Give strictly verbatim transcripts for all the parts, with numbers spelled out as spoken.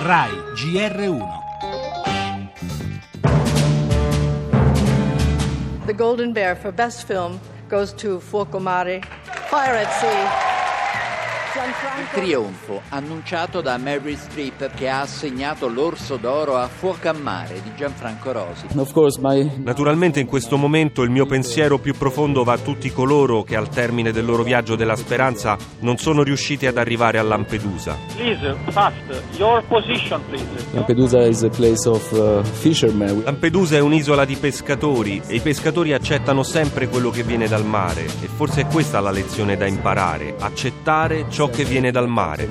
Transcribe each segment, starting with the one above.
Rai G R uno. The Golden Bear for Best Film goes to Fuoco Mare, Fire at Sea. Trionfo annunciato da Meryl Streep, che ha assegnato l'Orso d'Oro a Fuoco a Mare di Gianfranco Rosi. Naturalmente in questo momento il mio pensiero più profondo va a tutti coloro che al termine del loro viaggio della speranza non sono riusciti ad arrivare a Lampedusa. Please, fast, your position, please. Lampedusa is a place of uh, fishermen. Lampedusa è un'isola di pescatori e i pescatori accettano sempre quello che viene dal mare, e forse è questa la lezione da imparare: accettare ciò che viene dal mare.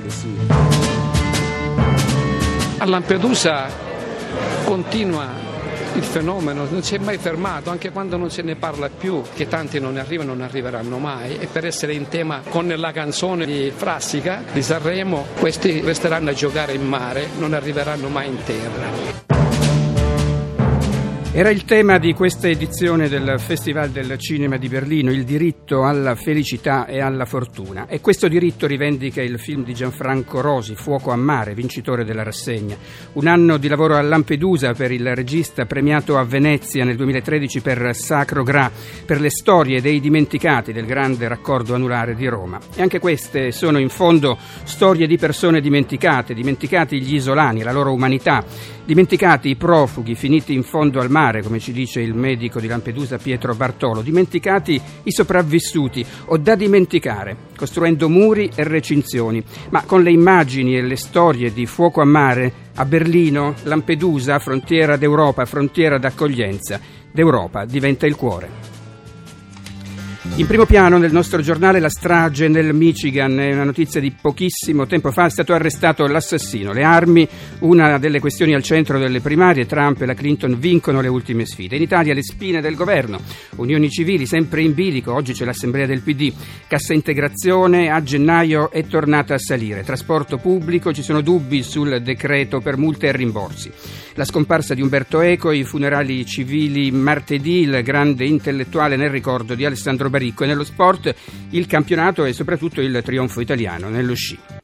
A Lampedusa continua il fenomeno, non si è mai fermato, anche quando non se ne parla più, che tanti non arrivano, non arriveranno mai, e per essere in tema con la canzone di Frassica di Sanremo, questi resteranno a giocare in mare, non arriveranno mai in terra. Era il tema di questa edizione del Festival del Cinema di Berlino, il diritto alla felicità e alla fortuna. E questo diritto rivendica il film di Gianfranco Rosi, Fuoco a Mare, vincitore della rassegna. Un anno di lavoro a Lampedusa per il regista, premiato a Venezia nel duemilatredici per Sacro Gra, per le storie dei dimenticati del grande raccordo anulare di Roma. E anche queste sono in fondo storie di persone dimenticate, dimenticati gli isolani, la loro umanità, dimenticati i profughi finiti in fondo al mare, come ci dice il medico di Lampedusa Pietro Bartolo, dimenticati i sopravvissuti o da dimenticare, costruendo muri e recinzioni. Ma con le immagini e le storie di Fuoco a Mare, a Berlino, Lampedusa, frontiera d'Europa, frontiera d'accoglienza, d'Europa diventa il cuore. In primo piano nel nostro giornale la strage nel Michigan, è una notizia di pochissimo tempo fa, è stato arrestato l'assassino. Le armi, una delle questioni al centro delle primarie, Trump e la Clinton vincono le ultime sfide. In Italia le spine del governo, unioni civili sempre in bilico, oggi c'è l'assemblea del P D, cassa integrazione a gennaio è tornata a salire, trasporto pubblico, ci sono dubbi sul decreto per multe e rimborsi. La scomparsa di Umberto Eco, i funerali civili martedì, il grande intellettuale nel ricordo di Alessandro Baricco, e nello sport il campionato e soprattutto il trionfo italiano nello sci.